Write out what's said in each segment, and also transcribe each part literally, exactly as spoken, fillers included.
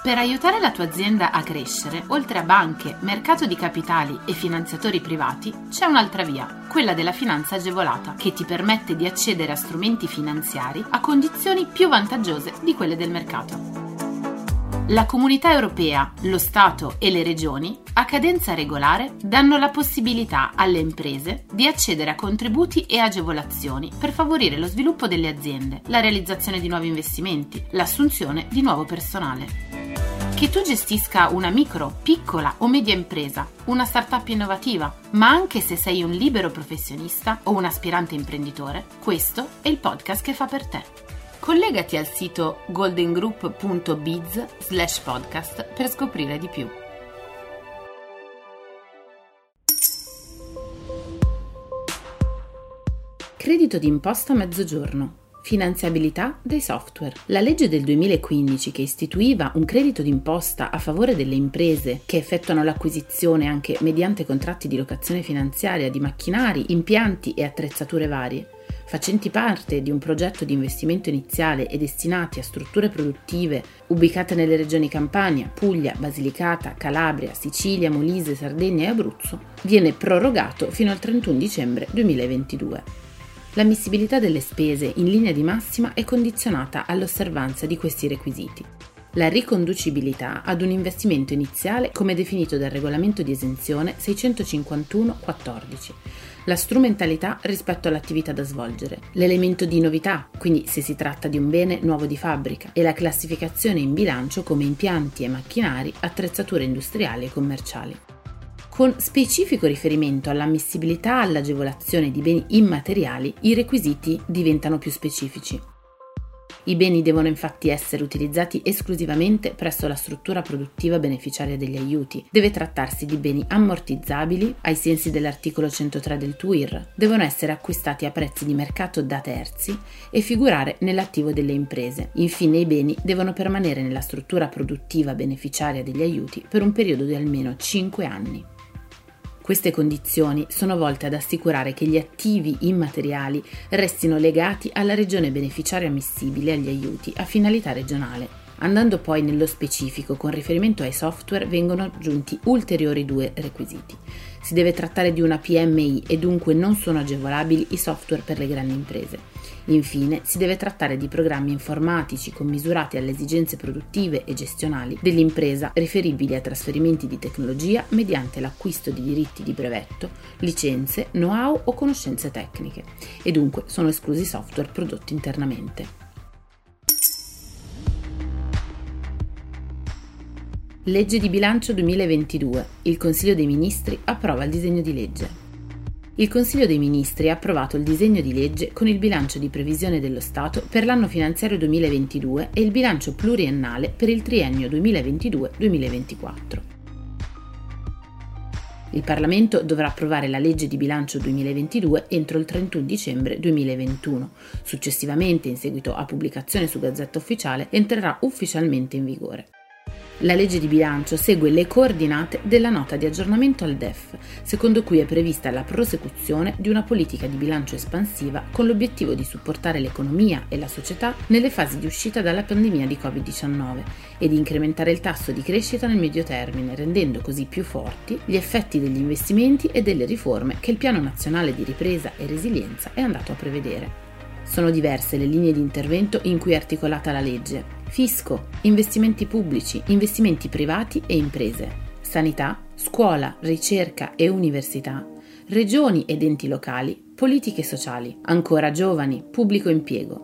Per aiutare la tua azienda a crescere, oltre a banche, mercato di capitali e finanziatori privati, c'è un'altra via, quella della finanza agevolata, che ti permette di accedere a strumenti finanziari a condizioni più vantaggiose di quelle del mercato. La Comunità Europea, lo Stato e le Regioni, a cadenza regolare, danno la possibilità alle imprese di accedere a contributi e agevolazioni per favorire lo sviluppo delle aziende, la realizzazione di nuovi investimenti, l'assunzione di nuovo personale. Che tu gestisca una micro, piccola o media impresa, una startup innovativa, ma anche se sei un libero professionista o un aspirante imprenditore, questo è il podcast che fa per te. Collegati al sito goldengroup punto biz slash podcast per scoprire di più. Credito d'imposta a mezzogiorno. Finanziabilità dei software. La legge del duemilaquindici, che istituiva un credito d'imposta a favore delle imprese che effettuano l'acquisizione anche mediante contratti di locazione finanziaria di macchinari, impianti e attrezzature varie, facenti parte di un progetto di investimento iniziale e destinati a strutture produttive ubicate nelle regioni Campania, Puglia, Basilicata, Calabria, Sicilia, Molise, Sardegna e Abruzzo, viene prorogato fino al trentuno dicembre duemilaventidue. L'ammissibilità delle spese in linea di massima è condizionata all'osservanza di questi requisiti. La riconducibilità ad un investimento iniziale come definito dal regolamento di esenzione seicentocinquantuno quattordici, la strumentalità rispetto all'attività da svolgere, l'elemento di novità, quindi se si tratta di un bene nuovo di fabbrica, e la classificazione in bilancio come impianti e macchinari, attrezzature industriali e commerciali. Con specifico riferimento all'ammissibilità all'agevolazione di beni immateriali, i requisiti diventano più specifici. I beni devono infatti essere utilizzati esclusivamente presso la struttura produttiva beneficiaria degli aiuti. Deve trattarsi di beni ammortizzabili ai sensi dell'articolo centotré del T U I R, devono essere acquistati a prezzi di mercato da terzi e figurare nell'attivo delle imprese. Infine, i beni devono permanere nella struttura produttiva beneficiaria degli aiuti per un periodo di almeno cinque anni. Queste condizioni sono volte ad assicurare che gli attivi immateriali restino legati alla regione beneficiaria ammissibile agli aiuti a finalità regionale. Andando poi nello specifico, con riferimento ai software vengono aggiunti ulteriori due requisiti. Si deve trattare di una P M I e dunque non sono agevolabili i software per le grandi imprese. Infine, si deve trattare di programmi informatici commisurati alle esigenze produttive e gestionali dell'impresa riferibili a trasferimenti di tecnologia mediante l'acquisto di diritti di brevetto, licenze, know-how o conoscenze tecniche, e dunque sono esclusi software prodotti internamente. Legge di bilancio duemilaventidue. Il Consiglio dei Ministri approva il disegno di legge. Il Consiglio dei Ministri ha approvato il disegno di legge con il bilancio di previsione dello Stato per l'anno finanziario duemilaventidue e il bilancio pluriennale per il triennio duemilaventidue duemilaventiquattro. Il Parlamento dovrà approvare la legge di bilancio duemilaventidue entro il trentuno dicembre duemilaventuno. Successivamente, in seguito a pubblicazione su Gazzetta Ufficiale, entrerà ufficialmente in vigore. La legge di bilancio segue le coordinate della nota di aggiornamento al D E F, secondo cui è prevista la prosecuzione di una politica di bilancio espansiva con l'obiettivo di supportare l'economia e la società nelle fasi di uscita dalla pandemia di covid diciannove e di incrementare il tasso di crescita nel medio termine, rendendo così più forti gli effetti degli investimenti e delle riforme che il Piano Nazionale di Ripresa e Resilienza è andato a prevedere. Sono diverse le linee di intervento in cui è articolata la legge: fisco, investimenti pubblici, investimenti privati e imprese, sanità, scuola, ricerca e università, regioni ed enti locali, politiche sociali, ancora giovani, pubblico impiego.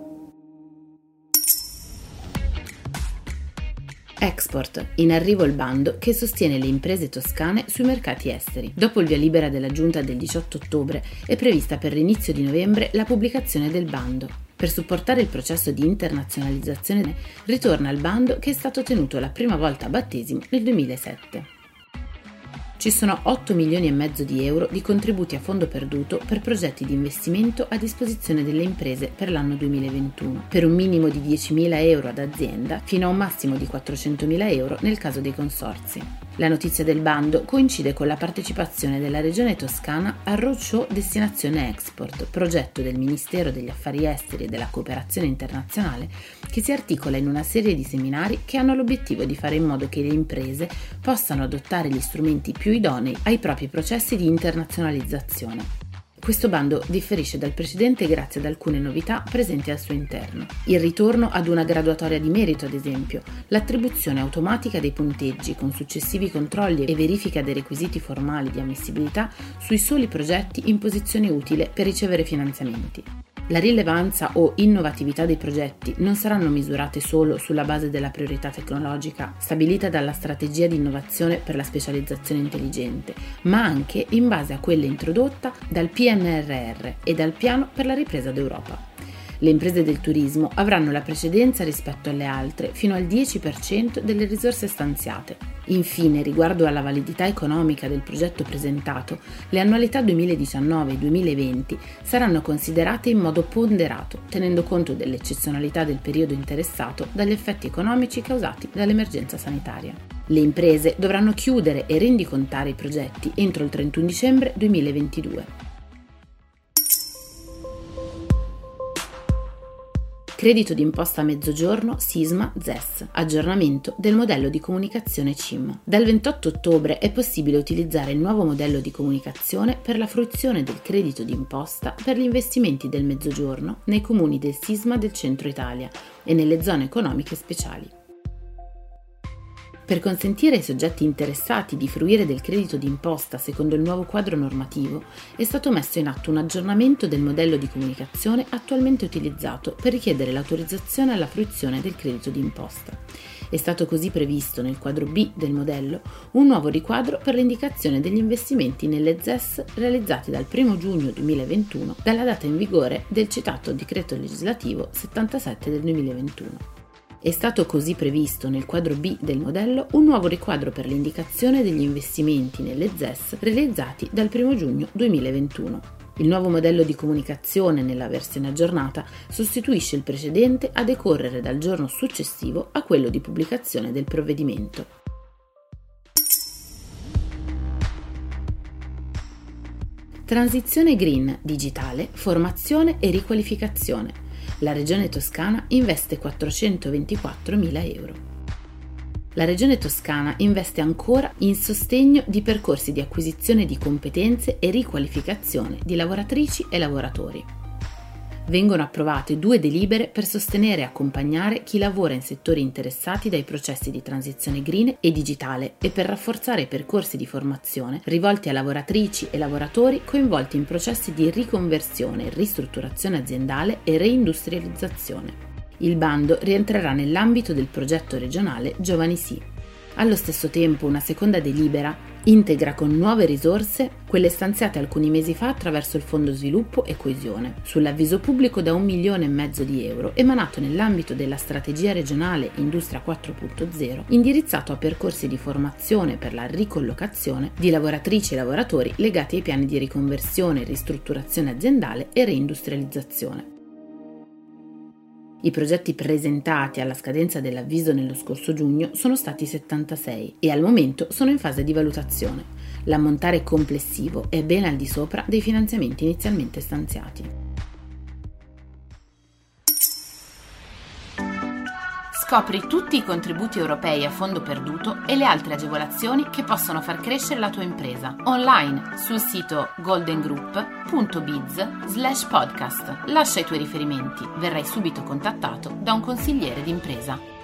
Export, in arrivo il bando che sostiene le imprese toscane sui mercati esteri. Dopo il via libera della Giunta del diciotto ottobre è prevista per l'inizio di novembre la pubblicazione del bando. Per supportare il processo di internazionalizzazione ritorna il bando che è stato tenuto la prima volta a battesimo nel duemilasette. Ci sono otto milioni e mezzo di euro di contributi a fondo perduto per progetti di investimento a disposizione delle imprese per l'anno duemilaventuno, per un minimo di diecimila euro ad azienda fino a un massimo di quattrocentomila euro nel caso dei consorzi. La notizia del bando coincide con la partecipazione della Regione Toscana al Roadshow Destinazione Export, progetto del Ministero degli Affari Esteri e della Cooperazione Internazionale, che si articola in una serie di seminari che hanno l'obiettivo di fare in modo che le imprese possano adottare gli strumenti più idonei ai propri processi di internazionalizzazione. Questo bando differisce dal precedente grazie ad alcune novità presenti al suo interno. Il ritorno ad una graduatoria di merito, ad esempio, l'attribuzione automatica dei punteggi con successivi controlli e verifica dei requisiti formali di ammissibilità sui soli progetti in posizione utile per ricevere finanziamenti. La rilevanza o innovatività dei progetti non saranno misurate solo sulla base della priorità tecnologica stabilita dalla strategia di innovazione per la specializzazione intelligente, ma anche in base a quella introdotta dal P N R R e dal Piano per la ripresa d'Europa. Le imprese del turismo avranno la precedenza rispetto alle altre fino al dieci per cento delle risorse stanziate. Infine, riguardo alla validità economica del progetto presentato, le annualità duemiladiciannove e duemilaventi saranno considerate in modo ponderato, tenendo conto dell'eccezionalità del periodo interessato dagli effetti economici causati dall'emergenza sanitaria. Le imprese dovranno chiudere e rendicontare i progetti entro il trentuno dicembre duemilaventidue. Credito d'imposta a mezzogiorno Sisma Z E S, aggiornamento del modello di comunicazione C I M. Dal ventotto ottobre è possibile utilizzare il nuovo modello di comunicazione per la fruizione del credito d'imposta per gli investimenti del mezzogiorno nei comuni del Sisma del centro Italia e nelle zone economiche speciali. Per consentire ai soggetti interessati di fruire del credito d'imposta secondo il nuovo quadro normativo, è stato messo in atto un aggiornamento del modello di comunicazione attualmente utilizzato per richiedere l'autorizzazione alla fruizione del credito d'imposta. È stato così previsto nel quadro B del modello un nuovo riquadro per l'indicazione degli investimenti nelle Z E S realizzati dal primo giugno duemilaventuno, dalla data in vigore del citato decreto legislativo settantasette del duemilaventuno. È stato così previsto nel quadro B del modello un nuovo riquadro per l'indicazione degli investimenti nelle Z E S realizzati dal primo giugno duemilaventuno. Il nuovo modello di comunicazione nella versione aggiornata sostituisce il precedente a decorrere dal giorno successivo a quello di pubblicazione del provvedimento. Transizione green, digitale, formazione e riqualificazione. La Regione Toscana investe quattrocentoventiquattromila euro. La Regione Toscana investe ancora in sostegno di percorsi di acquisizione di competenze e riqualificazione di lavoratrici e lavoratori. Vengono approvate due delibere per sostenere e accompagnare chi lavora in settori interessati dai processi di transizione green e digitale e per rafforzare i percorsi di formazione rivolti a lavoratrici e lavoratori coinvolti in processi di riconversione, ristrutturazione aziendale e reindustrializzazione. Il bando rientrerà nell'ambito del progetto regionale Giovani Sì. Allo stesso tempo, una seconda delibera integra con nuove risorse quelle stanziate alcuni mesi fa attraverso il Fondo Sviluppo e Coesione, sull'avviso pubblico da un milione e mezzo di euro emanato nell'ambito della strategia regionale Industria quattro punto zero, indirizzato a percorsi di formazione per la ricollocazione di lavoratrici e lavoratori legati ai piani di riconversione, ristrutturazione aziendale e reindustrializzazione. I progetti presentati alla scadenza dell'avviso nello scorso giugno sono stati settantasei e al momento sono in fase di valutazione. L'ammontare complessivo è ben al di sopra dei finanziamenti inizialmente stanziati. Scopri tutti i contributi europei a fondo perduto e le altre agevolazioni che possono far crescere la tua impresa online sul sito goldengroup punto biz slash podcast. Lascia i tuoi riferimenti, verrai subito contattato da un consigliere d'impresa.